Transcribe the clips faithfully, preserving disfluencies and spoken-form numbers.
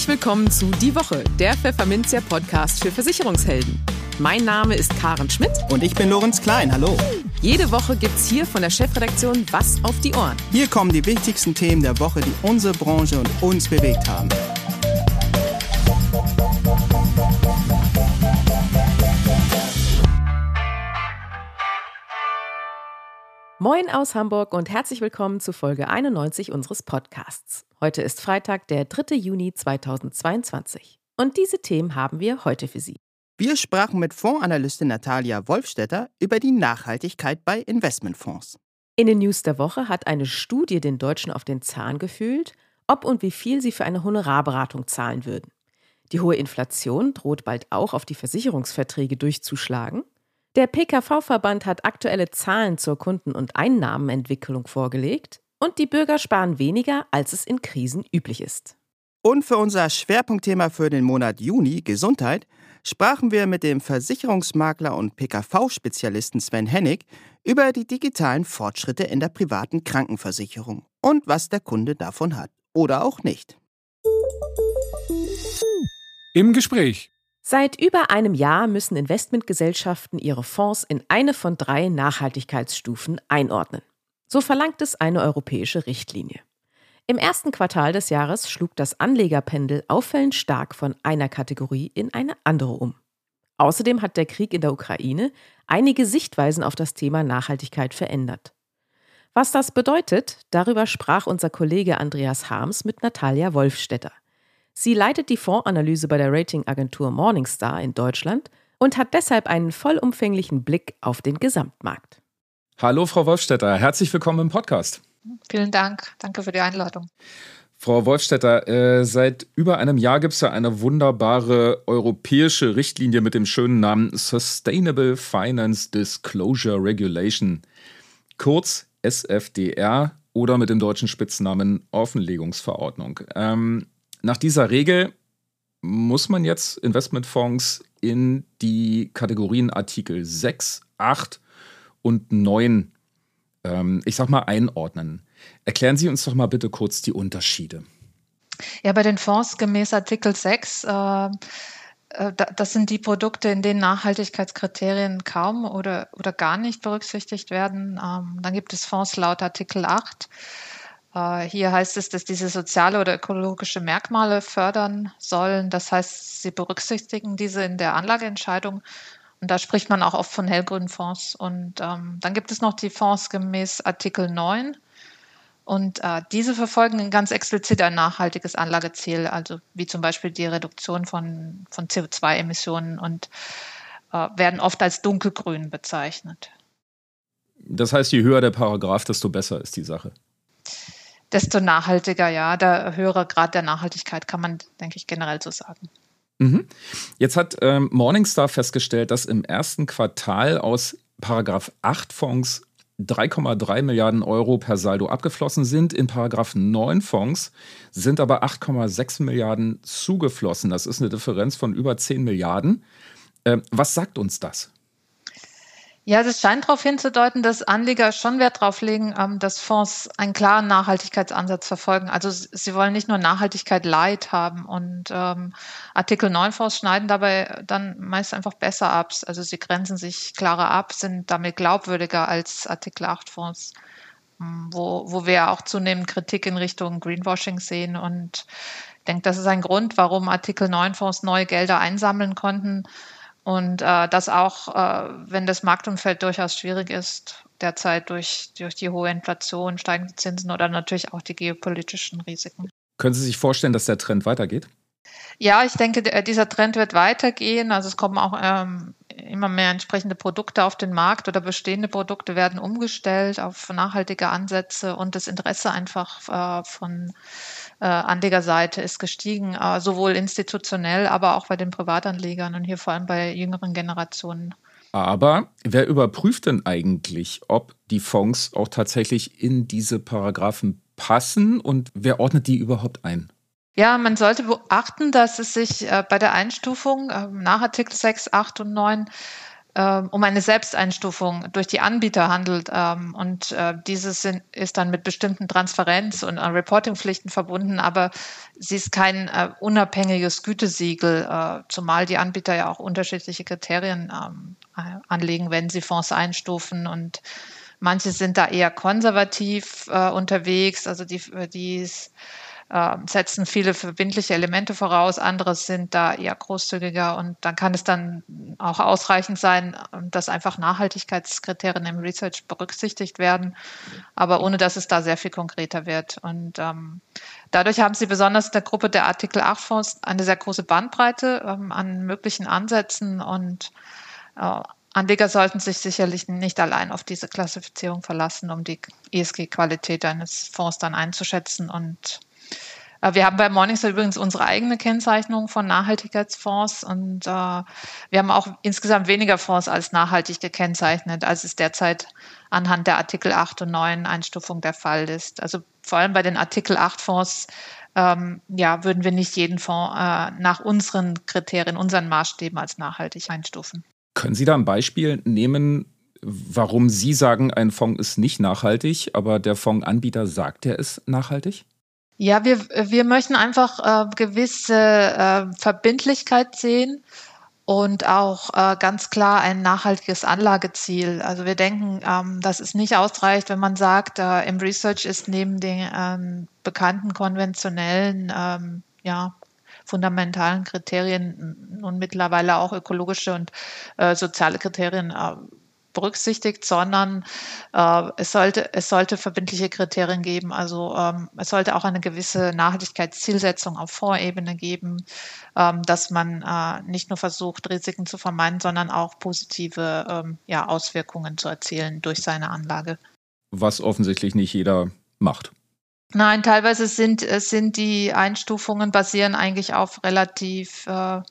Herzlich willkommen zu Die Woche, der Pfefferminzia-Podcast für Versicherungshelden. Mein Name ist Karen Schmidt. Und ich bin Lorenz Klein, hallo. Jede Woche gibt's hier von der Chefredaktion was auf die Ohren. Hier kommen die wichtigsten Themen der Woche, die unsere Branche und uns bewegt haben. Moin aus Hamburg und herzlich willkommen zu Folge einundneunzig unseres Podcasts. Heute ist Freitag, der dritte Juni zweitausendzweiundzwanzig. Und diese Themen haben wir heute für Sie. Wir sprachen mit Fondsanalystin Natalia Wolfstetter über die Nachhaltigkeit bei Investmentfonds. In den News der Woche hat eine Studie den Deutschen auf den Zahn gefühlt, ob und wie viel sie für eine Honorarberatung zahlen würden. Die hohe Inflation droht bald auch auf die Versicherungsverträge durchzuschlagen. Der P K V-Verband hat aktuelle Zahlen zur Kunden- und Einnahmenentwicklung vorgelegt und die Bürger sparen weniger, als es in Krisen üblich ist. Und für unser Schwerpunktthema für den Monat Juni, Gesundheit, sprachen wir mit dem Versicherungsmakler und P K V-Spezialisten Sven Hennig über die digitalen Fortschritte in der privaten Krankenversicherung und was der Kunde davon hat oder auch nicht. Im Gespräch. Seit über einem Jahr müssen Investmentgesellschaften ihre Fonds in eine von drei Nachhaltigkeitsstufen einordnen. So verlangt es eine europäische Richtlinie. Im ersten Quartal des Jahres schlug das Anlegerpendel auffällend stark von einer Kategorie in eine andere um. Außerdem hat der Krieg in der Ukraine einige Sichtweisen auf das Thema Nachhaltigkeit verändert. Was das bedeutet, darüber sprach unser Kollege Andreas Harms mit Natalia Wolfstetter. Sie leitet die Fondsanalyse bei der Ratingagentur Morningstar in Deutschland und hat deshalb einen vollumfänglichen Blick auf den Gesamtmarkt. Hallo Frau Wolfstetter, herzlich willkommen im Podcast. Vielen Dank, danke für die Einladung. Frau Wolfstetter, äh, seit über einem Jahr gibt es ja eine wunderbare europäische Richtlinie mit dem schönen Namen Sustainable Finance Disclosure Regulation, kurz S F D R oder mit dem deutschen Spitznamen Offenlegungsverordnung. Ähm, Nach dieser Regel muss man jetzt Investmentfonds in die Kategorien Artikel sechs, acht und neun, ähm, ich sag mal, einordnen. Erklären Sie uns doch mal bitte kurz die Unterschiede. Ja, bei den Fonds gemäß Artikel sechs, äh, äh, das sind die Produkte, in denen Nachhaltigkeitskriterien kaum oder, oder gar nicht berücksichtigt werden. Ähm, dann gibt es Fonds laut Artikel acht. Hier heißt es, dass diese soziale oder ökologische Merkmale fördern sollen. Das heißt, sie berücksichtigen diese in der Anlageentscheidung. Und da spricht man auch oft von hellgrünen Fonds. Und ähm, dann gibt es noch die Fonds gemäß Artikel neun. Und äh, diese verfolgen ganz explizit ein nachhaltiges Anlageziel, also wie zum Beispiel die Reduktion von, von C O zwei Emissionen und äh, werden oft als dunkelgrün bezeichnet. Das heißt, je höher der Paragraph, desto besser ist die Sache. Desto nachhaltiger, ja. Der höhere Grad der Nachhaltigkeit kann man, denke ich, generell so sagen. Mhm. Jetzt hat ähm, Morningstar festgestellt, dass im ersten Quartal aus Paragraph acht Fonds drei Komma drei Milliarden Euro per Saldo abgeflossen sind. In Paragraph neun Fonds sind aber acht Komma sechs Milliarden zugeflossen. Das ist eine Differenz von über zehn Milliarden. Ähm, was sagt uns das? Ja, das scheint darauf hinzudeuten, dass Anleger schon Wert darauf legen, dass Fonds einen klaren Nachhaltigkeitsansatz verfolgen. Also sie wollen nicht nur Nachhaltigkeit light haben und ähm, Artikel neun Fonds schneiden dabei dann meist einfach besser ab. Also sie grenzen sich klarer ab, sind damit glaubwürdiger als Artikel acht Fonds, wo, wo wir auch zunehmend Kritik in Richtung Greenwashing sehen. Und ich denke, das ist ein Grund, warum Artikel neun Fonds neue Gelder einsammeln konnten. Und äh, das auch, äh, wenn das Marktumfeld durchaus schwierig ist, derzeit durch, durch die hohe Inflation, steigende Zinsen oder natürlich auch die geopolitischen Risiken. Können Sie sich vorstellen, dass der Trend weitergeht? Ja, ich denke, der, dieser Trend wird weitergehen. Also es kommen auch ähm, immer mehr entsprechende Produkte auf den Markt oder bestehende Produkte werden umgestellt auf nachhaltige Ansätze und das Interesse einfach äh, von äh, Anlegerseite ist gestiegen, äh, sowohl institutionell, aber auch bei den Privatanlegern und hier vor allem bei jüngeren Generationen. Aber wer überprüft denn eigentlich, ob die Fonds auch tatsächlich in diese Paragraphen passen und wer ordnet die überhaupt ein? Ja, man sollte beachten, dass es sich äh, bei der Einstufung äh, nach Artikel sechs, acht und neun um eine Selbsteinstufung durch die Anbieter handelt. Und dieses sind, ist dann mit bestimmten Transparenz- und Reportingpflichten verbunden, aber sie ist kein unabhängiges Gütesiegel, zumal die Anbieter ja auch unterschiedliche Kriterien anlegen, wenn sie Fonds einstufen. Und manche sind da eher konservativ unterwegs, also die, die setzen viele verbindliche Elemente voraus, andere sind da eher großzügiger und dann kann es dann auch ausreichend sein, dass einfach Nachhaltigkeitskriterien im Research berücksichtigt werden, aber ohne dass es da sehr viel konkreter wird. Und ähm, dadurch haben sie besonders in der Gruppe der Artikel acht Fonds eine sehr große Bandbreite ähm, an möglichen Ansätzen und äh, Anleger sollten sich sicherlich nicht allein auf diese Klassifizierung verlassen, um die E S G-Qualität eines Fonds dann einzuschätzen. Und wir haben bei Morningstar übrigens unsere eigene Kennzeichnung von Nachhaltigkeitsfonds und äh, wir haben auch insgesamt weniger Fonds als nachhaltig gekennzeichnet, als es derzeit anhand der Artikel acht und neun Einstufung der Fall ist. Also vor allem bei den Artikel acht Fonds ähm, ja, würden wir nicht jeden Fonds äh, nach unseren Kriterien, unseren Maßstäben als nachhaltig einstufen. Können Sie da ein Beispiel nehmen, warum Sie sagen, ein Fonds ist nicht nachhaltig, aber der Fondsanbieter sagt, er ist nachhaltig? Ja, wir, wir möchten einfach äh, gewisse äh, Verbindlichkeit sehen und auch äh, ganz klar ein nachhaltiges Anlageziel. Also wir denken, ähm, dass es nicht ausreicht, wenn man sagt, äh, im Research ist neben den ähm, bekannten konventionellen, ähm, ja, fundamentalen Kriterien nun mittlerweile auch ökologische und äh, soziale Kriterien äh, berücksichtigt, sondern äh, es sollte es sollte verbindliche Kriterien geben. Also ähm, es sollte auch eine gewisse Nachhaltigkeitszielsetzung auf Fondsebene geben, ähm, dass man äh, nicht nur versucht, Risiken zu vermeiden, sondern auch positive ähm, ja, Auswirkungen zu erzielen durch seine Anlage. Was offensichtlich nicht jeder macht. Nein, teilweise sind, sind die Einstufungen basieren eigentlich auf relativ äh,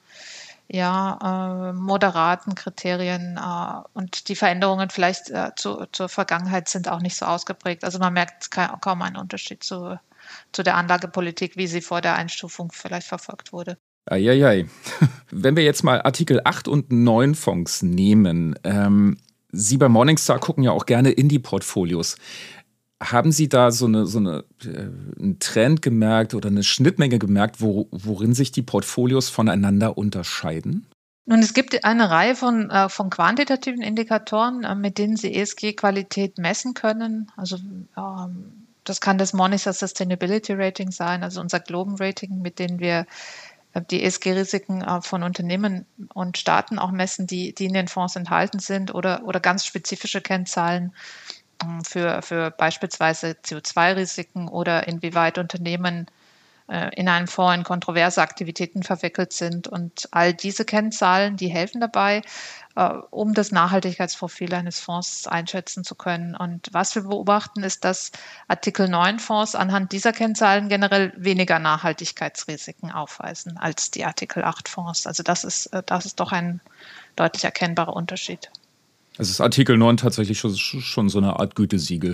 ja, äh, moderaten Kriterien äh, und die Veränderungen vielleicht äh, zu, zur Vergangenheit sind auch nicht so ausgeprägt. Also man merkt ka- kaum einen Unterschied zu, zu der Anlagepolitik, wie sie vor der Einstufung vielleicht verfolgt wurde. Eieiei. Wenn wir jetzt mal Artikel acht und neun Fonds nehmen, ähm, Sie bei Morningstar gucken ja auch gerne in die Portfolios. Haben Sie da so eine, so eine, äh, einen Trend gemerkt oder eine Schnittmenge gemerkt, wo, worin sich die Portfolios voneinander unterscheiden? Nun, es gibt eine Reihe von, äh, von quantitativen Indikatoren, äh, mit denen Sie E S G-Qualität messen können. Also ähm, das kann das Morningstar Sustainability Rating sein, also unser Globen Rating, mit dem wir äh, die E S G-Risiken äh, von Unternehmen und Staaten auch messen, die, die in den Fonds enthalten sind oder, oder ganz spezifische Kennzahlen für, für beispielsweise C O zwei Risiken oder inwieweit Unternehmen äh, in einem Fonds in kontroverse Aktivitäten verwickelt sind. Und all diese Kennzahlen, die helfen dabei, äh, um das Nachhaltigkeitsprofil eines Fonds einschätzen zu können. Und was wir beobachten, ist, dass Artikel neun Fonds anhand dieser Kennzahlen generell weniger Nachhaltigkeitsrisiken aufweisen als die Artikel acht Fonds. Also das ist, das ist doch ein deutlich erkennbarer Unterschied. Also ist Artikel neun tatsächlich schon, schon so eine Art Gütesiegel?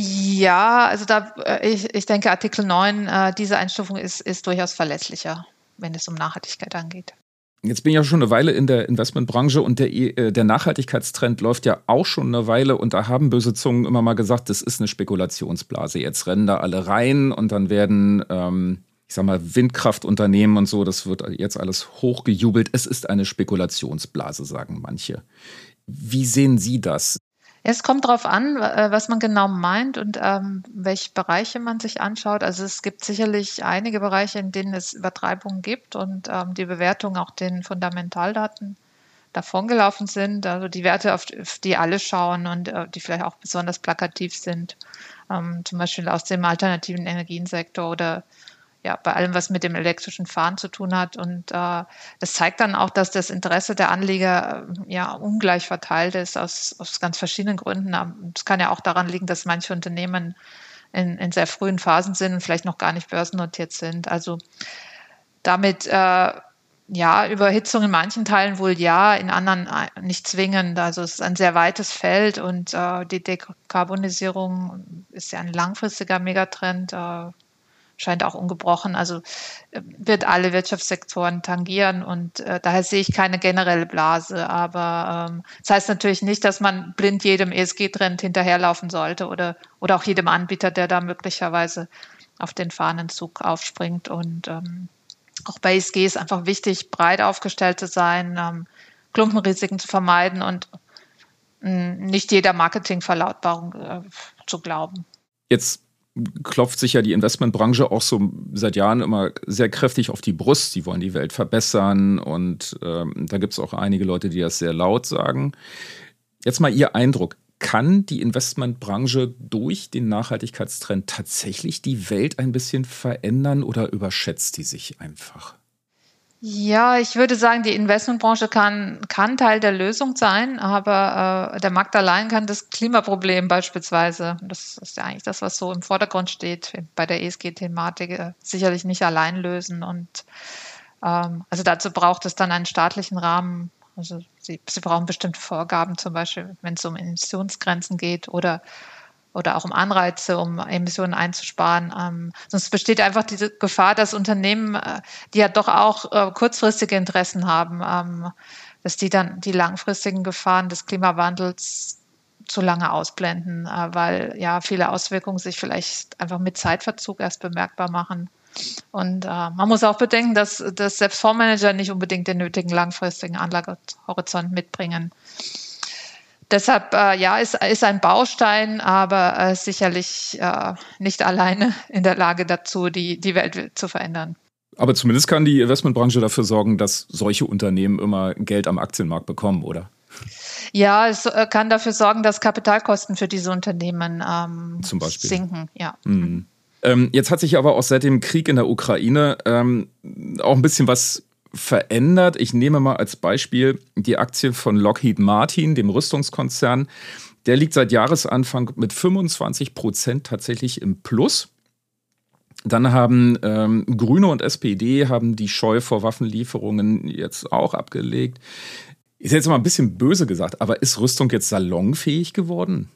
Ja, also da ich, ich denke, Artikel neun, äh, diese Einstufung ist, ist durchaus verlässlicher, wenn es um Nachhaltigkeit angeht. Jetzt bin ich ja schon eine Weile in der Investmentbranche und der, äh, der Nachhaltigkeitstrend läuft ja auch schon eine Weile und da haben böse Zungen immer mal gesagt, das ist eine Spekulationsblase. Jetzt rennen da alle rein und dann werden, ähm, ich sag mal, Windkraftunternehmen und so, das wird jetzt alles hochgejubelt. Es ist eine Spekulationsblase, sagen manche. Wie sehen Sie das? Es kommt darauf an, was man genau meint und ähm, welche Bereiche man sich anschaut. Also es gibt sicherlich einige Bereiche, in denen es Übertreibungen gibt und ähm, die Bewertung auch den Fundamentaldaten davongelaufen sind. Also die Werte, auf die alle schauen und äh, die vielleicht auch besonders plakativ sind, ähm, zum Beispiel aus dem alternativen Energiensektor oder ja, bei allem, was mit dem elektrischen Fahren zu tun hat. Und äh, das zeigt dann auch, dass das Interesse der Anleger äh, ja ungleich verteilt ist, aus, aus ganz verschiedenen Gründen. Es kann ja auch daran liegen, dass manche Unternehmen in, in sehr frühen Phasen sind und vielleicht noch gar nicht börsennotiert sind. Also damit, äh, ja, Überhitzung in manchen Teilen wohl ja, in anderen nicht zwingend. Also es ist ein sehr weites Feld und äh, die Dekarbonisierung ist ja ein langfristiger Megatrend, äh, scheint auch ungebrochen. Also äh, wird alle Wirtschaftssektoren tangieren und äh, daher sehe ich keine generelle Blase. Aber ähm, das heißt natürlich nicht, dass man blind jedem E S G-Trend hinterherlaufen sollte oder, oder auch jedem Anbieter, der da möglicherweise auf den Fahnenzug aufspringt. Und ähm, auch bei E S G ist einfach wichtig, breit aufgestellt zu sein, ähm, Klumpenrisiken zu vermeiden und mh, nicht jeder Marketingverlautbarung äh, zu glauben. Jetzt klopft sich ja die Investmentbranche auch so seit Jahren immer sehr kräftig auf die Brust. Sie wollen die Welt verbessern und ähm, da gibt es auch einige Leute, die das sehr laut sagen. Jetzt mal Ihr Eindruck. Kann die Investmentbranche durch den Nachhaltigkeitstrend tatsächlich die Welt ein bisschen verändern oder überschätzt die sich einfach? Ja, ich würde sagen, die Investmentbranche kann, kann Teil der Lösung sein, aber äh, der Markt allein kann das Klimaproblem beispielsweise, das ist ja eigentlich das, was so im Vordergrund steht bei der E S G-Thematik, äh, sicherlich nicht allein lösen. Und ähm, also dazu braucht es dann einen staatlichen Rahmen. Also sie, sie brauchen bestimmte Vorgaben, zum Beispiel, wenn es um Emissionsgrenzen geht oder oder auch um Anreize, um Emissionen einzusparen. Ähm, sonst besteht einfach diese Gefahr, dass Unternehmen, äh, die ja doch auch äh, kurzfristige Interessen haben, ähm, dass die dann die langfristigen Gefahren des Klimawandels zu lange ausblenden, äh, weil ja viele Auswirkungen sich vielleicht einfach mit Zeitverzug erst bemerkbar machen. Und äh, man muss auch bedenken, dass, dass selbst Fondsmanager nicht unbedingt den nötigen langfristigen Anlagehorizont mitbringen. Deshalb, äh, ja, ist, ist ein Baustein, aber äh, sicherlich äh, nicht alleine in der Lage dazu, die, die Welt zu verändern. Aber zumindest kann die Investmentbranche dafür sorgen, dass solche Unternehmen immer Geld am Aktienmarkt bekommen, oder? Ja, es äh, kann dafür sorgen, dass Kapitalkosten für diese Unternehmen ähm, Zum Beispiel sinken. Ja. Mhm. Ähm, jetzt hat sich aber auch seit dem Krieg in der Ukraine ähm, auch ein bisschen was verändert. Ich nehme mal als Beispiel die Aktie von Lockheed Martin, dem Rüstungskonzern. Der liegt seit Jahresanfang mit fünfundzwanzig Prozent tatsächlich im Plus. Dann haben ähm, Grüne und S P D haben die Scheu vor Waffenlieferungen jetzt auch abgelegt. Ist jetzt mal ein bisschen böse gesagt, aber ist Rüstung jetzt salonfähig geworden?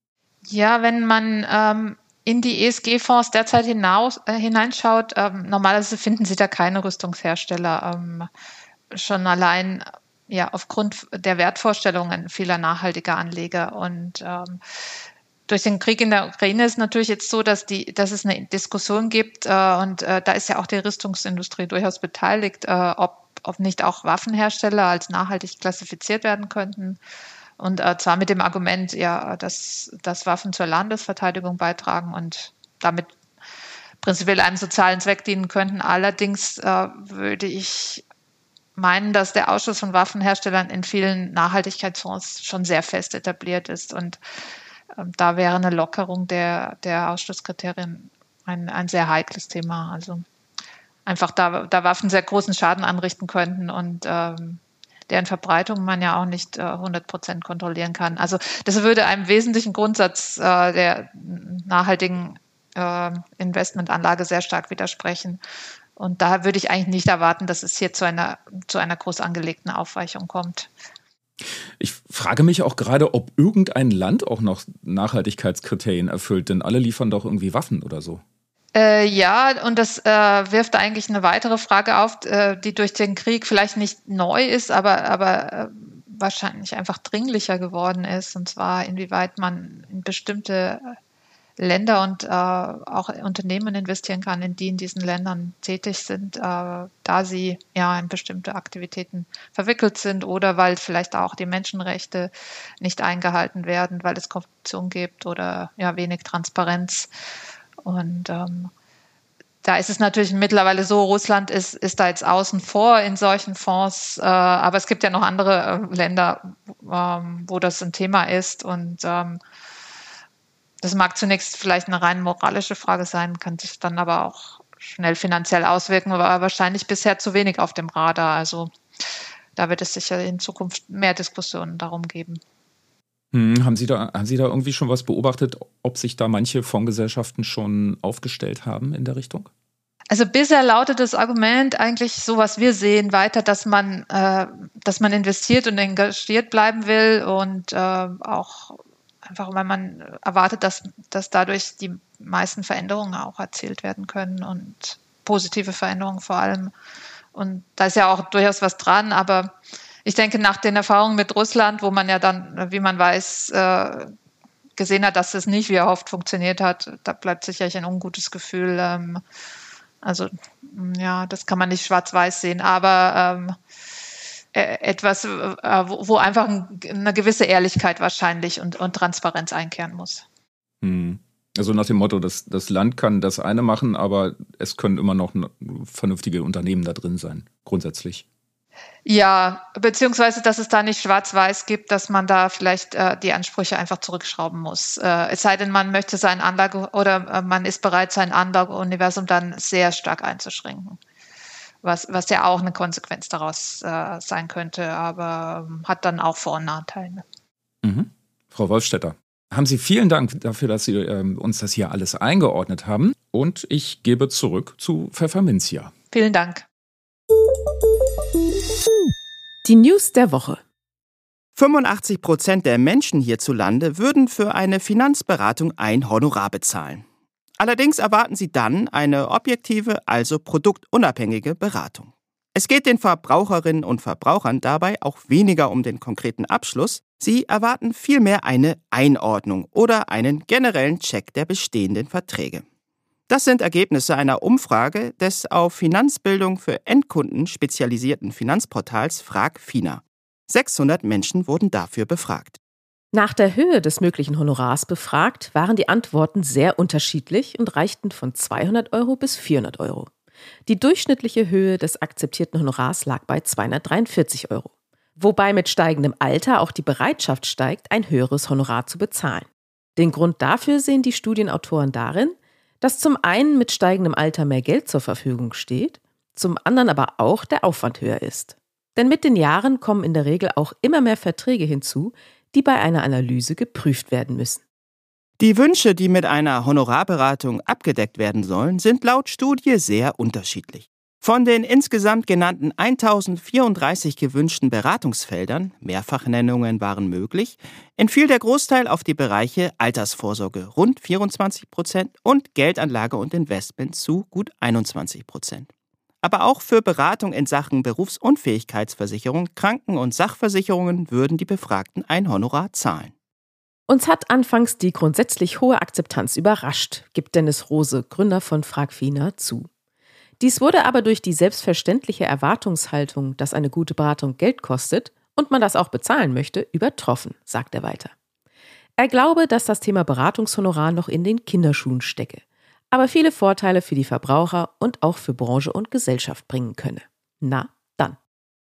Ja, wenn man ähm in die E S G-Fonds derzeit hinaus, äh, hineinschaut, ähm, normalerweise finden Sie da keine Rüstungshersteller. Ähm, schon allein ja, aufgrund der Wertvorstellungen vieler nachhaltiger Anleger. Und ähm, durch den Krieg in der Ukraine ist natürlich jetzt so, dass, die, dass es eine Diskussion gibt äh, und äh, da ist ja auch die Rüstungsindustrie durchaus beteiligt, äh, ob, ob nicht auch Waffenhersteller als nachhaltig klassifiziert werden könnten. Und äh, zwar mit dem Argument, ja, dass, dass Waffen zur Landesverteidigung beitragen und damit prinzipiell einem sozialen Zweck dienen könnten. Allerdings äh, würde ich meinen, dass der Ausschluss von Waffenherstellern in vielen Nachhaltigkeitsfonds schon sehr fest etabliert ist. Und äh, da wäre eine Lockerung der, der Ausschlusskriterien ein, ein sehr heikles Thema. Also einfach da, da Waffen sehr großen Schaden anrichten könnten und ähm, deren Verbreitung man ja auch nicht äh, hundert Prozent kontrollieren kann. Also das würde einem wesentlichen Grundsatz äh, der nachhaltigen äh, Investmentanlage sehr stark widersprechen. Und daher würde ich eigentlich nicht erwarten, dass es hier zu einer, zu einer groß angelegten Aufweichung kommt. Ich frage mich auch gerade, ob irgendein Land auch noch Nachhaltigkeitskriterien erfüllt, denn alle liefern doch irgendwie Waffen oder so. Äh, ja, und das äh, wirft eigentlich eine weitere Frage auf, äh, die durch den Krieg vielleicht nicht neu ist, aber, aber äh, wahrscheinlich einfach dringlicher geworden ist. Und zwar, inwieweit man in bestimmte Länder und äh, auch Unternehmen investieren kann, in die in diesen Ländern tätig sind, äh, da sie ja in bestimmte Aktivitäten verwickelt sind oder weil vielleicht auch die Menschenrechte nicht eingehalten werden, weil es Korruption gibt oder ja wenig Transparenz. Und ähm, da ist es natürlich mittlerweile so, Russland ist, ist da jetzt außen vor in solchen Fonds, äh, aber es gibt ja noch andere äh, Länder, ähm, wo das ein Thema ist. Und ähm, das mag zunächst vielleicht eine rein moralische Frage sein, kann sich dann aber auch schnell finanziell auswirken, aber wahrscheinlich bisher zu wenig auf dem Radar. Also da wird es sicher in Zukunft mehr Diskussionen darum geben. Hm, haben Sie da, haben Sie da irgendwie schon was beobachtet, ob sich da manche Fondsgesellschaften schon aufgestellt haben in der Richtung? Also bisher lautet das Argument eigentlich so, was wir sehen, weiter, dass man, äh, dass man investiert und engagiert bleiben will und äh, auch einfach weil man erwartet, dass, dass dadurch die meisten Veränderungen auch erzielt werden können und positive Veränderungen vor allem. Und da ist ja auch durchaus was dran, aber ich denke, nach den Erfahrungen mit Russland, wo man ja dann, wie man weiß, äh, gesehen hat, dass es nicht wie erhofft funktioniert hat, da bleibt sicherlich ein ungutes Gefühl. Ähm, also ja, das kann man nicht schwarz-weiß sehen, aber ähm, etwas, äh, wo, wo einfach ein, eine gewisse Ehrlichkeit wahrscheinlich und, und Transparenz einkehren muss. Hm. Also nach dem Motto, das, das Land kann das eine machen, aber es können immer noch vernünftige Unternehmen da drin sein, grundsätzlich. Ja, beziehungsweise, dass es da nicht schwarz-weiß gibt, dass man da vielleicht äh, die Ansprüche einfach zurückschrauben muss. Äh, es sei denn, man möchte sein Anlage oder äh, man ist bereit, sein Anlageuniversum dann sehr stark einzuschränken. Was, was ja auch eine Konsequenz daraus äh, sein könnte, aber äh, hat dann auch Vor- und Nachteile. Mhm. Frau Wolfstetter, haben Sie vielen Dank dafür, dass Sie äh, uns das hier alles eingeordnet haben. Und ich gebe zurück zu Pfefferminzia. Vielen Dank. Die News der Woche. fünfundachtzig Prozent der Menschen hierzulande würden für eine Finanzberatung ein Honorar bezahlen. Allerdings erwarten sie dann eine objektive, also produktunabhängige Beratung. Es geht den Verbraucherinnen und Verbrauchern dabei auch weniger um den konkreten Abschluss. Sie erwarten vielmehr eine Einordnung oder einen generellen Check der bestehenden Verträge. Das sind Ergebnisse einer Umfrage des auf Finanzbildung für Endkunden spezialisierten Finanzportals fragFINA. sechshundert Menschen wurden dafür befragt. Nach der Höhe des möglichen Honorars befragt, waren die Antworten sehr unterschiedlich und reichten von zweihundert Euro bis vierhundert Euro. Die durchschnittliche Höhe des akzeptierten Honorars lag bei zweihundertdreiundvierzig Euro. Wobei mit steigendem Alter auch die Bereitschaft steigt, ein höheres Honorar zu bezahlen. Den Grund dafür sehen die Studienautoren darin, dass zum einen mit steigendem Alter mehr Geld zur Verfügung steht, zum anderen aber auch der Aufwand höher ist. Denn mit den Jahren kommen in der Regel auch immer mehr Verträge hinzu, die bei einer Analyse geprüft werden müssen. Die Wünsche, die mit einer Honorarberatung abgedeckt werden sollen, sind laut Studie sehr unterschiedlich. Von den insgesamt genannten eintausendvierunddreißig gewünschten Beratungsfeldern, Mehrfachnennungen waren möglich, entfiel der Großteil auf die Bereiche Altersvorsorge rund vierundzwanzig Prozent und Geldanlage und Investment zu gut einundzwanzig Prozent. Aber auch für Beratung in Sachen Berufsunfähigkeitsversicherung, Kranken- und Sachversicherungen würden die Befragten ein Honorar zahlen. Uns hat anfangs die grundsätzlich hohe Akzeptanz überrascht, gibt Dennis Rose, Gründer von fragFINA, zu. Dies wurde aber durch die selbstverständliche Erwartungshaltung, dass eine gute Beratung Geld kostet und man das auch bezahlen möchte, übertroffen, sagt er weiter. Er glaube, dass das Thema Beratungshonorar noch in den Kinderschuhen stecke, aber viele Vorteile für die Verbraucher und auch für Branche und Gesellschaft bringen könne. Na, dann.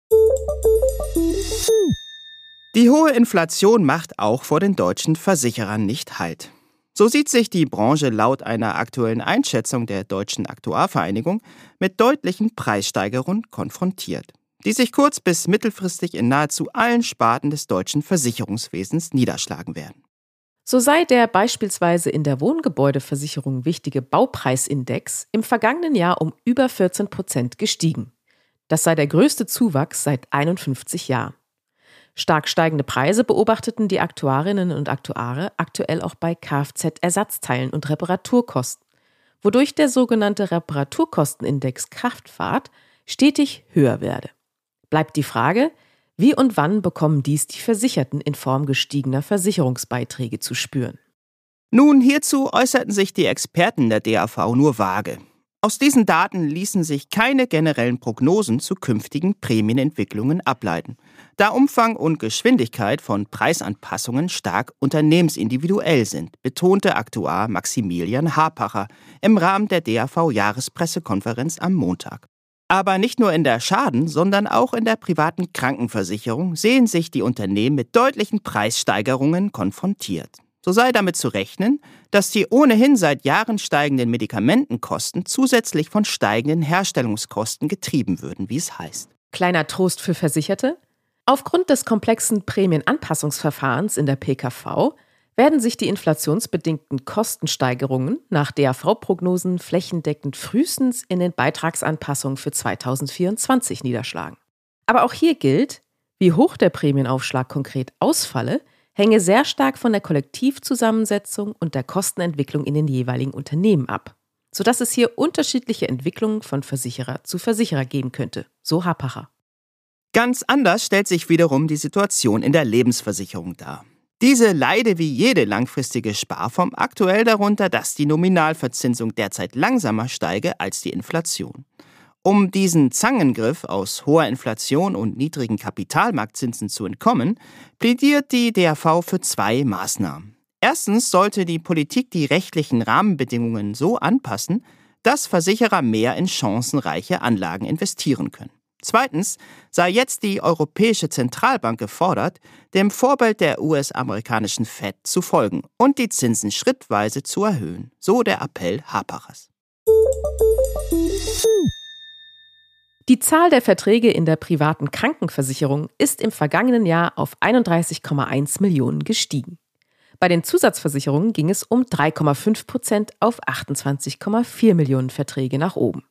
Die hohe Inflation macht auch vor den deutschen Versicherern nicht Halt. So sieht sich die Branche laut einer aktuellen Einschätzung der Deutschen Aktuarvereinigung mit deutlichen Preissteigerungen konfrontiert, die sich kurz- bis mittelfristig in nahezu allen Sparten des deutschen Versicherungswesens niederschlagen werden. So sei der beispielsweise in der Wohngebäudeversicherung wichtige Baupreisindex im vergangenen Jahr um über vierzehn Prozent gestiegen. Das sei der größte Zuwachs seit einundfünfzig Jahren. Stark steigende Preise beobachteten die Aktuarinnen und Aktuare aktuell auch bei Kfz-Ersatzteilen und Reparaturkosten, wodurch der sogenannte Reparaturkostenindex Kraftfahrt stetig höher werde. Bleibt die Frage, wie und wann bekommen dies die Versicherten in Form gestiegener Versicherungsbeiträge zu spüren? Nun, hierzu äußerten sich die Experten der D A V nur vage. Aus diesen Daten ließen sich keine generellen Prognosen zu künftigen Prämienentwicklungen ableiten, da Umfang und Geschwindigkeit von Preisanpassungen stark unternehmensindividuell sind, betonte Aktuar Maximilian Harpacher im Rahmen der D A V-Jahrespressekonferenz am Montag. Aber nicht nur in der Schaden-, sondern auch in der privaten Krankenversicherung sehen sich die Unternehmen mit deutlichen Preissteigerungen konfrontiert. So sei damit zu rechnen, dass die ohnehin seit Jahren steigenden Medikamentenkosten zusätzlich von steigenden Herstellungskosten getrieben würden, wie es heißt. Kleiner Trost für Versicherte: Aufgrund des komplexen Prämienanpassungsverfahrens in der P K V werden sich die inflationsbedingten Kostensteigerungen nach D A V-Prognosen flächendeckend frühestens in den Beitragsanpassungen für zweitausendvierundzwanzig niederschlagen. Aber auch hier gilt, wie hoch der Prämienaufschlag konkret ausfalle, hänge sehr stark von der Kollektivzusammensetzung und der Kostenentwicklung in den jeweiligen Unternehmen ab, sodass es hier unterschiedliche Entwicklungen von Versicherer zu Versicherer geben könnte, so Hapacher. Ganz anders stellt sich wiederum die Situation in der Lebensversicherung dar. Diese leide wie jede langfristige Sparform aktuell darunter, dass die Nominalverzinsung derzeit langsamer steige als die Inflation. Um diesen Zangengriff aus hoher Inflation und niedrigen Kapitalmarktzinsen zu entkommen, plädiert die D A V für zwei Maßnahmen. Erstens sollte die Politik die rechtlichen Rahmenbedingungen so anpassen, dass Versicherer mehr in chancenreiche Anlagen investieren können. Zweitens sei jetzt die Europäische Zentralbank gefordert, dem Vorbild der U S-amerikanischen Fed zu folgen und die Zinsen schrittweise zu erhöhen, so der Appell Hapachers. Die Zahl der Verträge in der privaten Krankenversicherung ist im vergangenen Jahr auf einunddreißig Komma eins Millionen gestiegen. Bei den Zusatzversicherungen ging es um drei Komma fünf Prozent auf achtundzwanzig Komma vier Millionen Verträge nach oben.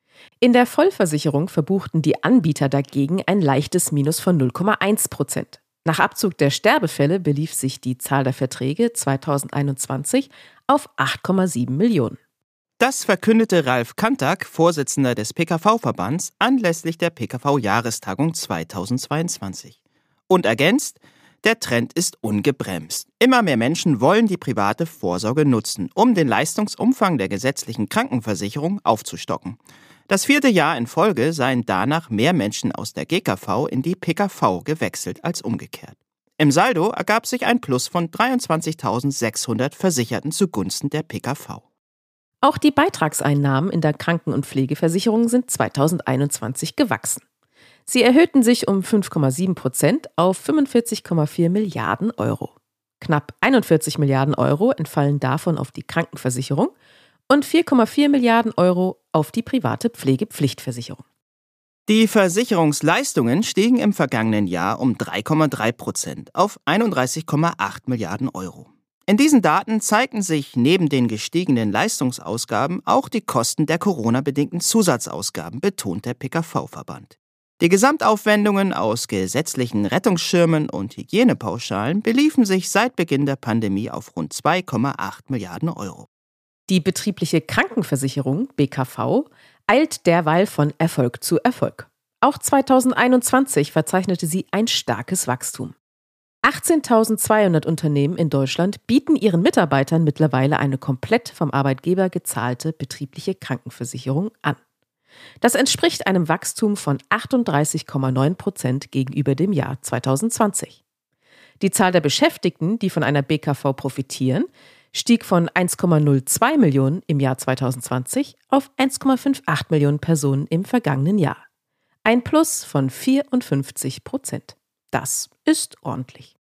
In der Vollversicherung verbuchten die Anbieter dagegen ein leichtes Minus von null Komma eins Prozent. Nach Abzug der Sterbefälle belief sich die Zahl der Verträge zweitausendeinundzwanzig auf acht Komma sieben Millionen. Das verkündete Ralf Kantak, Vorsitzender des P K V-Verbands, anlässlich der P K V-Jahrestagung zweitausendzweiundzwanzig. Und ergänzt: Der Trend ist ungebremst. Immer mehr Menschen wollen die private Vorsorge nutzen, um den Leistungsumfang der gesetzlichen Krankenversicherung aufzustocken. Das vierte Jahr in Folge seien danach mehr Menschen aus der G K V in die P K V gewechselt als umgekehrt. Im Saldo ergab sich ein Plus von dreiundzwanzigtausendsechshundert Versicherten zugunsten der P K V. Auch die Beitragseinnahmen in der Kranken- und Pflegeversicherung sind zweitausendeinundzwanzig gewachsen. Sie erhöhten sich um fünf Komma sieben Prozent auf fünfundvierzig Komma vier Milliarden Euro. Knapp einundvierzig Milliarden Euro entfallen davon auf die Krankenversicherung und vier Komma vier Milliarden Euro auf die private Pflegepflichtversicherung. Die Versicherungsleistungen stiegen im vergangenen Jahr um drei Komma drei Prozent auf einunddreißig Komma acht Milliarden Euro. In diesen Daten zeigten sich neben den gestiegenen Leistungsausgaben auch die Kosten der Corona-bedingten Zusatzausgaben, betont der P K V-Verband. Die Gesamtaufwendungen aus gesetzlichen Rettungsschirmen und Hygienepauschalen beliefen sich seit Beginn der Pandemie auf rund zwei Komma acht Milliarden Euro. Die betriebliche Krankenversicherung, B K V, eilt derweil von Erfolg zu Erfolg. Auch zweitausendeinundzwanzig verzeichnete sie ein starkes Wachstum. achtzehntausendzweihundert Unternehmen in Deutschland bieten ihren Mitarbeitern mittlerweile eine komplett vom Arbeitgeber gezahlte betriebliche Krankenversicherung an. Das entspricht einem Wachstum von achtunddreißig Komma neun Prozent gegenüber dem Jahr zweitausendzwanzig. Die Zahl der Beschäftigten, die von einer B K V profitieren, stieg von eins Komma null zwei Millionen im Jahr zweitausendzwanzig auf eins Komma achtundfünfzig Millionen Personen im vergangenen Jahr. Ein Plus von vierundfünfzig Prozent. Das ist ordentlich.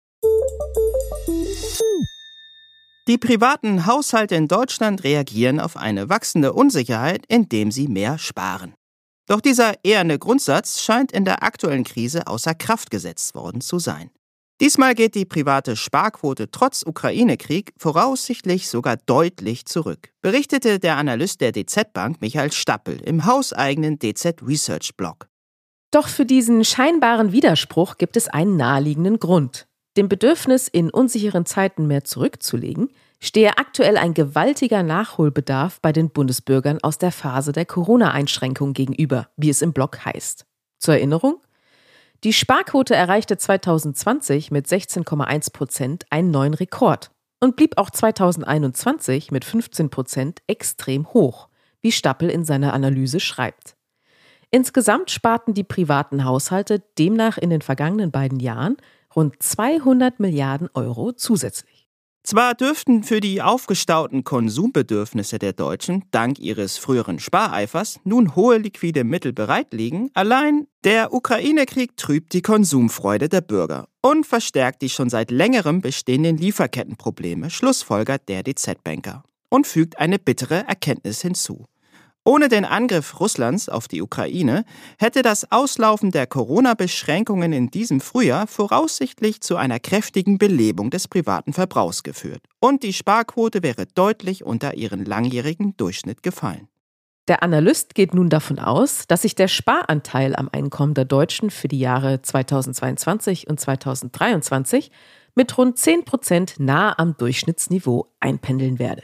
Die privaten Haushalte in Deutschland reagieren auf eine wachsende Unsicherheit, indem sie mehr sparen. Doch dieser eherne Grundsatz scheint in der aktuellen Krise außer Kraft gesetzt worden zu sein. Diesmal geht die private Sparquote trotz Ukraine-Krieg voraussichtlich sogar deutlich zurück, berichtete der Analyst der D Z Bank Michael Stappel im hauseigenen D Z Research Blog. Doch für diesen scheinbaren Widerspruch gibt es einen naheliegenden Grund. Dem Bedürfnis, in unsicheren Zeiten mehr zurückzulegen, stehe aktuell ein gewaltiger Nachholbedarf bei den Bundesbürgern aus der Phase der Corona-Einschränkung gegenüber, wie es im Blog heißt. Zur Erinnerung: Die Sparquote erreichte zweitausendzwanzig mit sechzehn Komma eins Prozent einen neuen Rekord und blieb auch zweitausendeinundzwanzig mit fünfzehn Prozent extrem hoch, wie Stappel in seiner Analyse schreibt. Insgesamt sparten die privaten Haushalte demnach in den vergangenen beiden Jahren rund zweihundert Milliarden Euro zusätzlich. Zwar dürften für die aufgestauten Konsumbedürfnisse der Deutschen dank ihres früheren Spareifers nun hohe liquide Mittel bereit liegen, allein der Ukraine-Krieg trübt die Konsumfreude der Bürger und verstärkt die schon seit längerem bestehenden Lieferkettenprobleme, schlussfolgert der D Z-Banker und fügt eine bittere Erkenntnis hinzu. Ohne den Angriff Russlands auf die Ukraine hätte das Auslaufen der Corona-Beschränkungen in diesem Frühjahr voraussichtlich zu einer kräftigen Belebung des privaten Verbrauchs geführt und die Sparquote wäre deutlich unter ihren langjährigen Durchschnitt gefallen. Der Analyst geht nun davon aus, dass sich der Sparanteil am Einkommen der Deutschen für die Jahre zweitausendzweiundzwanzig und zweitausenddreiundzwanzig mit rund zehn Prozent nahe am Durchschnittsniveau einpendeln werde.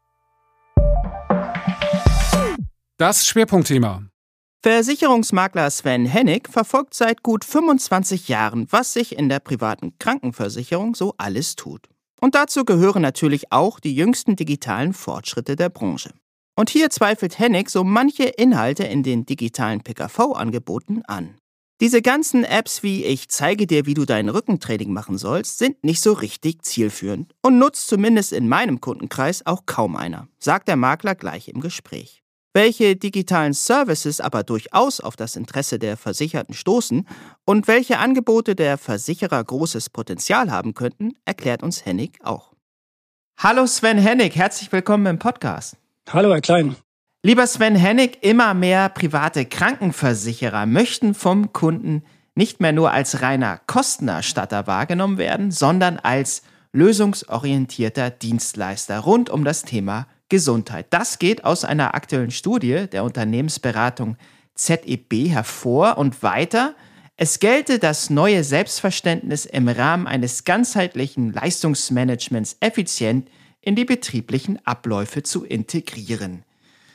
Das Schwerpunktthema. Versicherungsmakler Sven Hennig verfolgt seit gut fünfundzwanzig Jahren, was sich in der privaten Krankenversicherung so alles tut. Und dazu gehören natürlich auch die jüngsten digitalen Fortschritte der Branche. Und hier zweifelt Hennig so manche Inhalte in den digitalen P K V-Angeboten an. Diese ganzen Apps wie „Ich zeige dir, wie du dein Rückentraining machen sollst", sind nicht so richtig zielführend und nutzt zumindest in meinem Kundenkreis auch kaum einer, sagt der Makler gleich im Gespräch. Welche digitalen Services aber durchaus auf das Interesse der Versicherten stoßen und welche Angebote der Versicherer großes Potenzial haben könnten, erklärt uns Hennig auch. Hallo Sven Hennig, herzlich willkommen im Podcast. Hallo Herr Klein. Lieber Sven Hennig, immer mehr private Krankenversicherer möchten vom Kunden nicht mehr nur als reiner Kostenerstatter wahrgenommen werden, sondern als lösungsorientierter Dienstleister rund um das Thema Gesundheit. Das geht aus einer aktuellen Studie der Unternehmensberatung Z E B hervor und weiter. Es gelte das neue Selbstverständnis im Rahmen eines ganzheitlichen Leistungsmanagements effizient in die betrieblichen Abläufe zu integrieren.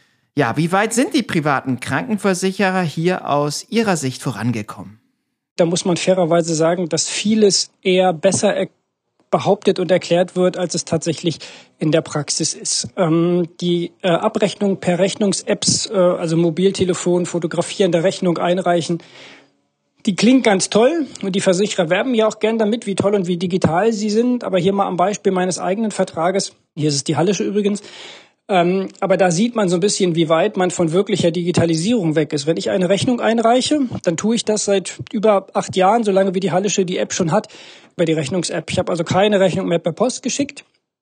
Ja, wie weit sind die privaten Krankenversicherer hier aus Ihrer Sicht vorangekommen? Da muss man fairerweise sagen, dass vieles eher besser er- behauptet und erklärt wird, als es tatsächlich in der Praxis ist. Ähm, die äh, Abrechnung per Rechnungs-Apps, äh, also Mobiltelefon, Fotografieren der Rechnung einreichen, die klingt ganz toll und die Versicherer werben ja auch gern damit, wie toll und wie digital sie sind. Aber hier mal am Beispiel meines eigenen Vertrages, hier ist es die Hallische übrigens, Ähm, aber da sieht man so ein bisschen, wie weit man von wirklicher Digitalisierung weg ist. Wenn ich eine Rechnung einreiche, dann tue ich das seit über acht Jahren, solange wie die Hallische die App schon hat, über die Rechnungs-App. Ich habe also keine Rechnung mehr per Post geschickt,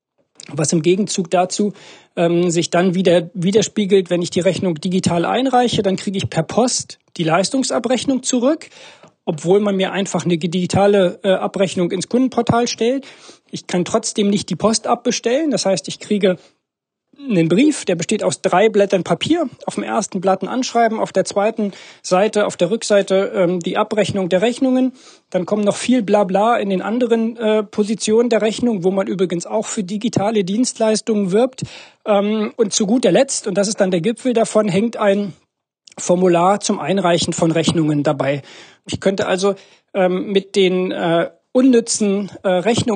was im Gegenzug dazu ähm, sich dann wieder widerspiegelt, wenn ich die Rechnung digital einreiche, dann kriege ich per Post die Leistungsabrechnung zurück, obwohl man mir einfach eine digitale äh, Abrechnung ins Kundenportal stellt. Ich kann trotzdem nicht die Post abbestellen, das heißt, ich kriege einen Brief, der besteht aus drei Blättern Papier. Auf dem ersten Blatt ein Anschreiben, auf der zweiten Seite, auf der Rückseite ähm, die Abrechnung der Rechnungen. Dann kommen noch viel Blabla in den anderen äh, Positionen der Rechnung, wo man übrigens auch für digitale Dienstleistungen wirbt. Ähm, und zu guter Letzt, und das ist dann der Gipfel davon, hängt ein Formular zum Einreichen von Rechnungen dabei. Ich könnte also ähm, mit den äh, unnützen äh,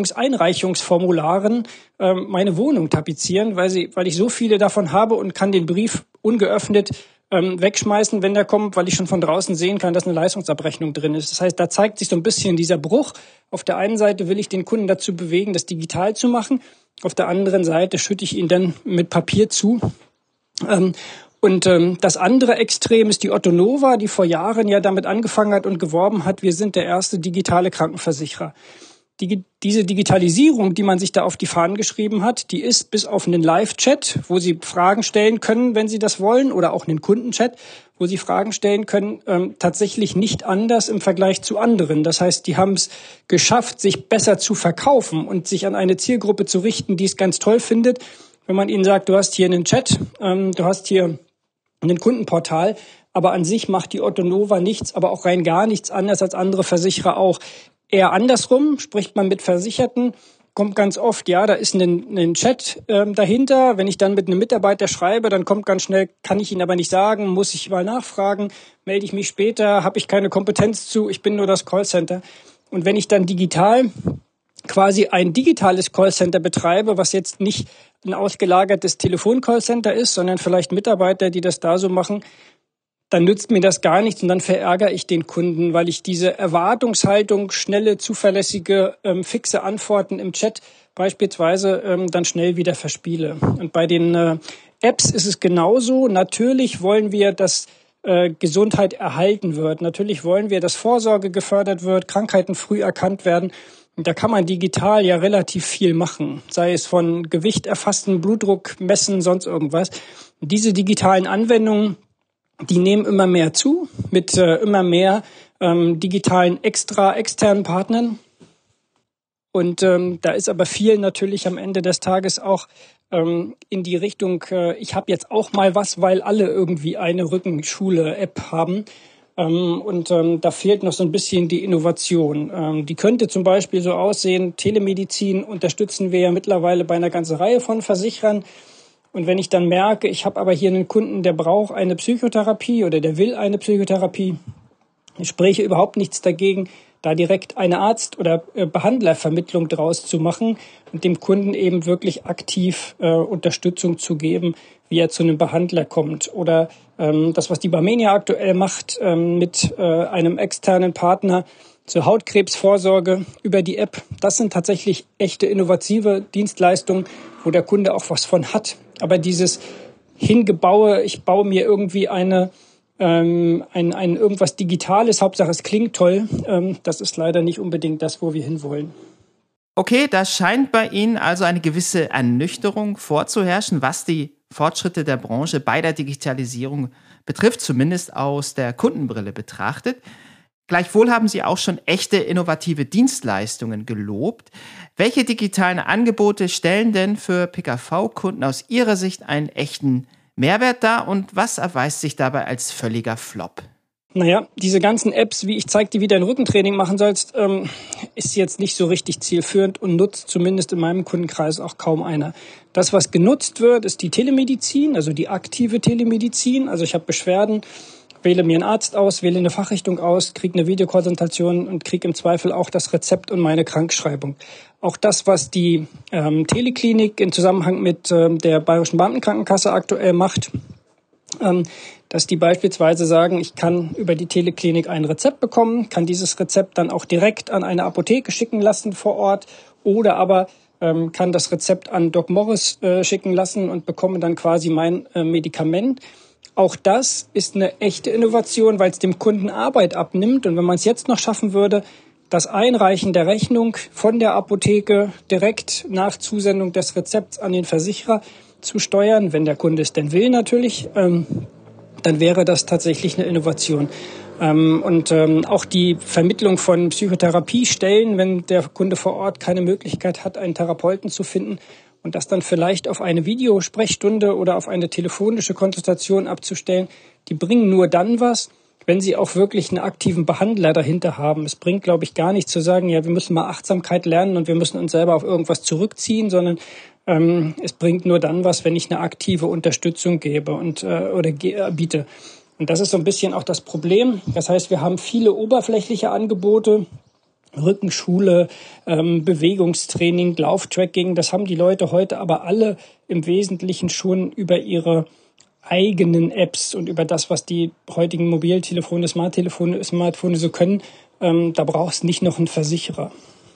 Rechnungseinreichungsformularen äh, meine Wohnung tapezieren, weil sie, weil ich so viele davon habe und kann den Brief ungeöffnet ähm, wegschmeißen, wenn der kommt, weil ich schon von draußen sehen kann, dass eine Leistungsabrechnung drin ist. Das heißt, da zeigt sich so ein bisschen dieser Bruch. Auf der einen Seite will ich den Kunden dazu bewegen, das digital zu machen. Auf der anderen Seite schütte ich ihn dann mit Papier zu. Ähm, Und ähm, das andere Extrem ist die Otto Nova, die vor Jahren ja damit angefangen hat und geworben hat, wir sind der erste digitale Krankenversicherer. Die, diese Digitalisierung, die man sich da auf die Fahnen geschrieben hat, die ist bis auf einen Live-Chat, wo Sie Fragen stellen können, wenn Sie das wollen, oder auch einen Kundenchat, wo Sie Fragen stellen können, ähm, tatsächlich nicht anders im Vergleich zu anderen. Das heißt, die haben es geschafft, sich besser zu verkaufen und sich an eine Zielgruppe zu richten, die es ganz toll findet. Wenn man ihnen sagt, du hast hier einen Chat, ähm, du hast hier ein Kundenportal, aber an sich macht die Otto Nova nichts, aber auch rein gar nichts anders als andere Versicherer auch. Eher andersrum, spricht man mit Versicherten, kommt ganz oft, ja, da ist ein, ein Chat ähm, dahinter. Wenn ich dann mit einem Mitarbeiter schreibe, dann kommt ganz schnell, kann ich Ihnen aber nicht sagen, muss ich mal nachfragen, melde ich mich später, habe ich keine Kompetenz zu, ich bin nur das Callcenter. Und wenn ich dann digital quasi ein digitales Callcenter betreibe, was jetzt nicht ein ausgelagertes Telefon-Callcenter ist, sondern vielleicht Mitarbeiter, die das da so machen, dann nützt mir das gar nichts und dann verärgere ich den Kunden, weil ich diese Erwartungshaltung, schnelle, zuverlässige, ähm, fixe Antworten im Chat beispielsweise ähm, dann schnell wieder verspiele. Und bei den äh, Apps ist es genauso. Natürlich wollen wir, dass äh, Gesundheit erhalten wird. Natürlich wollen wir, dass Vorsorge gefördert wird, Krankheiten früh erkannt werden. Da kann man digital ja relativ viel machen, sei es von Gewicht erfassen, Blutdruck messen, sonst irgendwas. Diese digitalen Anwendungen, die nehmen immer mehr zu mit äh, immer mehr ähm, digitalen extra externen Partnern. Und ähm, da ist aber viel natürlich am Ende des Tages auch ähm, in die Richtung, äh, ich habe jetzt auch mal was, weil alle irgendwie eine Rückenschule-App haben. Ähm, und ähm, da fehlt noch so ein bisschen die Innovation. Ähm, die könnte zum Beispiel so aussehen, Telemedizin unterstützen wir ja mittlerweile bei einer ganzen Reihe von Versicherern. Und wenn ich dann merke, ich habe aber hier einen Kunden, der braucht eine Psychotherapie oder der will eine Psychotherapie, ich spreche überhaupt nichts dagegen, da direkt eine Arzt- oder Behandlervermittlung draus zu machen und dem Kunden eben wirklich aktiv äh, Unterstützung zu geben, wie er zu einem Behandler kommt. Oder ähm, das, was die Barmenia aktuell macht, ähm, mit äh, einem externen Partner zur Hautkrebsvorsorge über die App. Das sind tatsächlich echte innovative Dienstleistungen, wo der Kunde auch was von hat. Aber dieses Hingebaue, ich baue mir irgendwie eine ähm, ein, ein irgendwas Digitales, Hauptsache es klingt toll, ähm, das ist leider nicht unbedingt das, wo wir hinwollen. Okay, da scheint bei Ihnen also eine gewisse Ernüchterung vorzuherrschen, was die Fortschritte der Branche bei der Digitalisierung betrifft, zumindest aus der Kundenbrille betrachtet. Gleichwohl haben Sie auch schon echte innovative Dienstleistungen gelobt. Welche digitalen Angebote stellen denn für P K V-Kunden aus Ihrer Sicht einen echten Mehrwert dar und was erweist sich dabei als völliger Flop? Naja, diese ganzen Apps, wie ich zeig dir, wie du ein Rückentraining machen sollst, ähm, ist jetzt nicht so richtig zielführend und nutzt zumindest in meinem Kundenkreis auch kaum einer. Das, was genutzt wird, ist die Telemedizin, also die aktive Telemedizin. Also ich habe Beschwerden, wähle mir einen Arzt aus, wähle eine Fachrichtung aus, kriege eine Videokonsultation und kriege im Zweifel auch das Rezept und meine Krankschreibung. Auch das, was die ähm, Teleklinik in Zusammenhang mit ähm, der Bayerischen Beamtenkrankenkasse aktuell macht, ähm, dass die beispielsweise sagen, ich kann über die Teleklinik ein Rezept bekommen, kann dieses Rezept dann auch direkt an eine Apotheke schicken lassen vor Ort oder aber ähm, kann das Rezept an Doc Morris äh, schicken lassen und bekomme dann quasi mein äh, Medikament. Auch das ist eine echte Innovation, weil es dem Kunden Arbeit abnimmt. Und wenn man es jetzt noch schaffen würde, das Einreichen der Rechnung von der Apotheke direkt nach Zusendung des Rezepts an den Versicherer zu steuern, wenn der Kunde es denn will natürlich, ähm, dann wäre das tatsächlich eine Innovation. Ähm, und ähm, auch die Vermittlung von Psychotherapiestellen, wenn der Kunde vor Ort keine Möglichkeit hat, einen Therapeuten zu finden, und das dann vielleicht auf eine Videosprechstunde oder auf eine telefonische Konsultation abzustellen, die bringen nur dann was, wenn sie auch wirklich einen aktiven Behandler dahinter haben. Es bringt, glaube ich, gar nichts zu sagen, ja, wir müssen mal Achtsamkeit lernen und wir müssen uns selber auf irgendwas zurückziehen, sondern ähm, es bringt nur dann was, wenn ich eine aktive Unterstützung gebe und äh, oder ge- biete. Und das ist so ein bisschen auch das Problem. Das heißt, wir haben viele oberflächliche Angebote, Rückenschule, ähm, Bewegungstraining, Lauftracking, das haben die Leute heute aber alle im Wesentlichen schon über ihre eigenen Apps und über das, was die heutigen Mobiltelefone, Smarttelefone, Smartphone so können. Ähm, da brauchst du nicht noch einen Versicherer.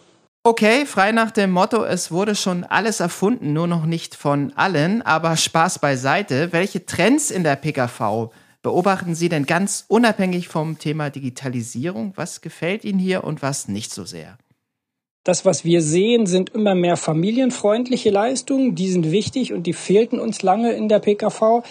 Okay, frei nach dem Motto, es wurde schon alles erfunden, nur noch nicht von allen, aber Spaß beiseite. Welche Trends in der P K V beobachten Sie denn ganz unabhängig vom Thema Digitalisierung? Was gefällt Ihnen hier und was nicht so sehr? Das, was wir sehen, sind immer mehr familienfreundliche Leistungen. Die sind wichtig und die fehlten uns lange in der P K V.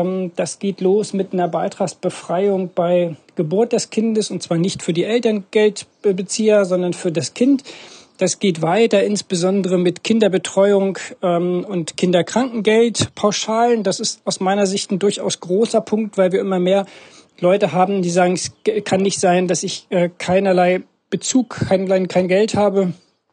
Das geht los mit einer Beitragsbefreiung bei Geburt des Kindes, und zwar nicht für die Elterngeldbezieher, sondern für das Kind. Das geht weiter, insbesondere mit Kinderbetreuung ähm, und Kinderkrankengeldpauschalen. Das ist aus meiner Sicht ein durchaus großer Punkt, weil wir immer mehr Leute haben, die sagen, es kann nicht sein, dass ich äh, keinerlei Bezug, kein, kein Geld habe,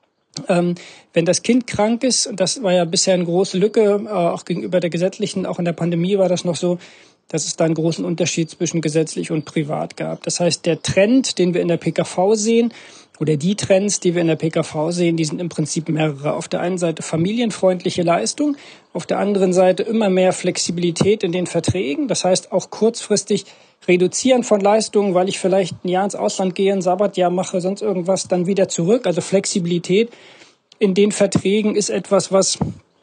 ähm, wenn das Kind krank ist. Und das war ja bisher eine große Lücke, äh, auch gegenüber der gesetzlichen, auch in der Pandemie war das noch so, dass es da einen großen Unterschied zwischen gesetzlich und privat gab. Das heißt, der Trend, den wir in der P K V sehen, oder die Trends, die wir in der P K V sehen, die sind im Prinzip mehrere. Auf der einen Seite familienfreundliche Leistung, auf der anderen Seite immer mehr Flexibilität in den Verträgen. Das heißt auch kurzfristig Reduzieren von Leistungen, weil ich vielleicht ein Jahr ins Ausland gehe, ein Sabbatjahr mache, sonst irgendwas, dann wieder zurück. Also Flexibilität in den Verträgen ist etwas, was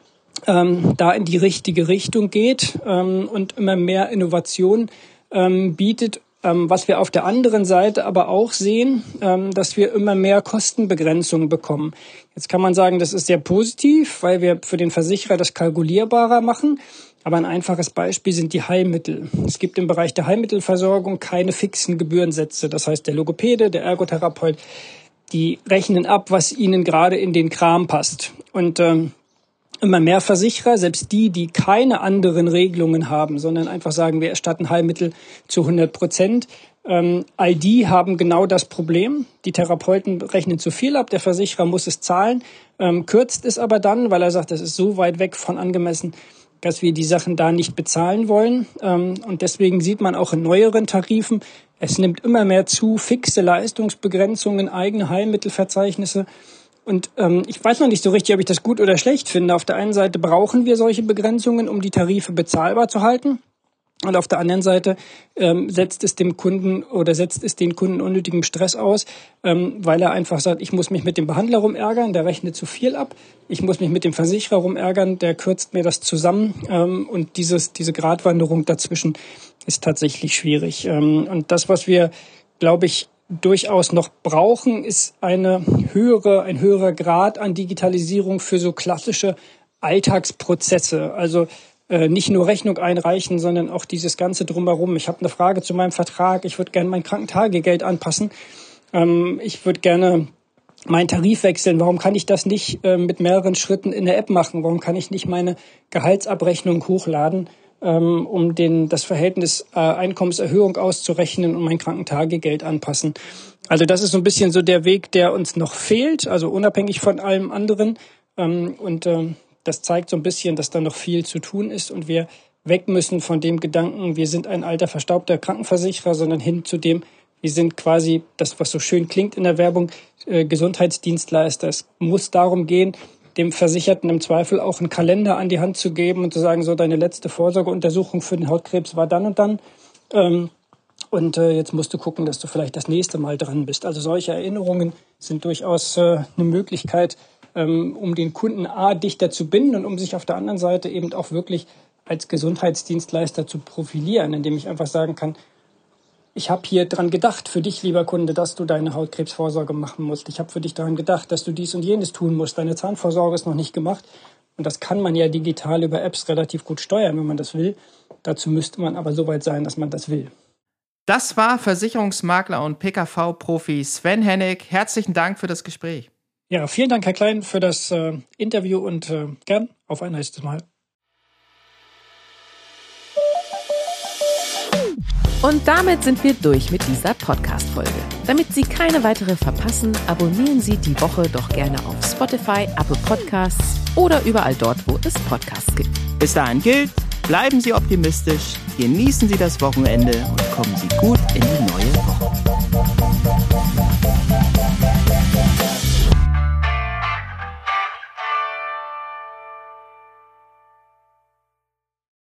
ähm, da in die richtige Richtung geht ähm, und immer mehr Innovation ähm, bietet. Ähm, was wir auf der anderen Seite aber auch sehen, ähm, dass wir immer mehr Kostenbegrenzungen bekommen. Jetzt kann man sagen, das ist sehr positiv, weil wir für den Versicherer das kalkulierbarer machen. Aber ein einfaches Beispiel sind die Heilmittel. Es gibt im Bereich der Heilmittelversorgung keine fixen Gebührensätze. Das heißt, der Logopäde, der Ergotherapeut, die rechnen ab, was ihnen gerade in den Kram passt. Und ähm, immer mehr Versicherer, selbst die, die keine anderen Regelungen haben, sondern einfach sagen, wir erstatten Heilmittel zu hundert Prozent, Ähm, all die haben genau das Problem. Die Therapeuten rechnen zu viel ab, der Versicherer muss es zahlen, ähm, kürzt es aber dann, weil er sagt, das ist so weit weg von angemessen, dass wir die Sachen da nicht bezahlen wollen. Ähm, und deswegen sieht man auch in neueren Tarifen, es nimmt immer mehr zu, fixe Leistungsbegrenzungen, eigene Heilmittelverzeichnisse. Und ähm, ich weiß noch nicht so richtig, ob ich das gut oder schlecht finde. Auf der einen Seite brauchen wir solche Begrenzungen, um die Tarife bezahlbar zu halten. Und auf der anderen Seite ähm, setzt es dem Kunden oder setzt es den Kunden unnötigem Stress aus, ähm, weil er einfach sagt, ich muss mich mit dem Behandler rumärgern, der rechnet zu viel ab. Ich muss mich mit dem Versicherer rumärgern, der kürzt mir das zusammen. Ähm, und dieses diese Gratwanderung dazwischen ist tatsächlich schwierig. Ähm, und das, was wir, glaube ich, durchaus noch brauchen, ist eine höhere, ein höherer Grad an Digitalisierung für so klassische Alltagsprozesse. Also nicht nur Rechnung einreichen, sondern auch dieses Ganze drumherum. Ich habe eine Frage zu meinem Vertrag. Ich würde gerne mein Krankentagegeld anpassen. Ähm, ich würde gerne meinen Tarif wechseln. Warum kann ich das nicht äh, mit mehreren Schritten in der App machen? Warum kann ich nicht meine Gehaltsabrechnung hochladen, ähm, um den, das Verhältnis äh, Einkommenserhöhung auszurechnen und mein Krankentagegeld anpassen? Also das ist so ein bisschen so der Weg, der uns noch fehlt, also unabhängig von allem anderen. Ähm, und ähm, Das zeigt so ein bisschen, dass da noch viel zu tun ist und wir weg müssen von dem Gedanken, wir sind ein alter, verstaubter Krankenversicherer, sondern hin zu dem, wir sind quasi das, was so schön klingt in der Werbung, äh, Gesundheitsdienstleister. Es muss darum gehen, dem Versicherten im Zweifel auch einen Kalender an die Hand zu geben und zu sagen, so deine letzte Vorsorgeuntersuchung für den Hautkrebs war dann und dann. Ähm, und äh, jetzt musst du gucken, dass du vielleicht das nächste Mal dran bist. Also solche Erinnerungen sind durchaus äh, eine Möglichkeit, um den Kunden A dichter zu binden und um sich auf der anderen Seite eben auch wirklich als Gesundheitsdienstleister zu profilieren, indem ich einfach sagen kann, ich habe hier dran gedacht, für dich, lieber Kunde, dass du deine Hautkrebsvorsorge machen musst. Ich habe für dich daran gedacht, dass du dies und jenes tun musst. Deine Zahnvorsorge ist noch nicht gemacht. Und das kann man ja digital über Apps relativ gut steuern, wenn man das will. Dazu müsste man aber so weit sein, dass man das will. Das war Versicherungsmakler und P K V-Profi Sven Hennig. Herzlichen Dank für das Gespräch. Ja, vielen Dank, Herr Klein, für das äh, Interview und äh, gern auf ein nächstes Mal. Und damit sind wir durch mit dieser Podcast-Folge. Damit Sie keine weitere verpassen, abonnieren Sie die Woche doch gerne auf Spotify, Apple Podcasts oder überall dort, wo es Podcasts gibt. Bis dahin gilt, bleiben Sie optimistisch, genießen Sie das Wochenende und kommen Sie gut in die neue Woche.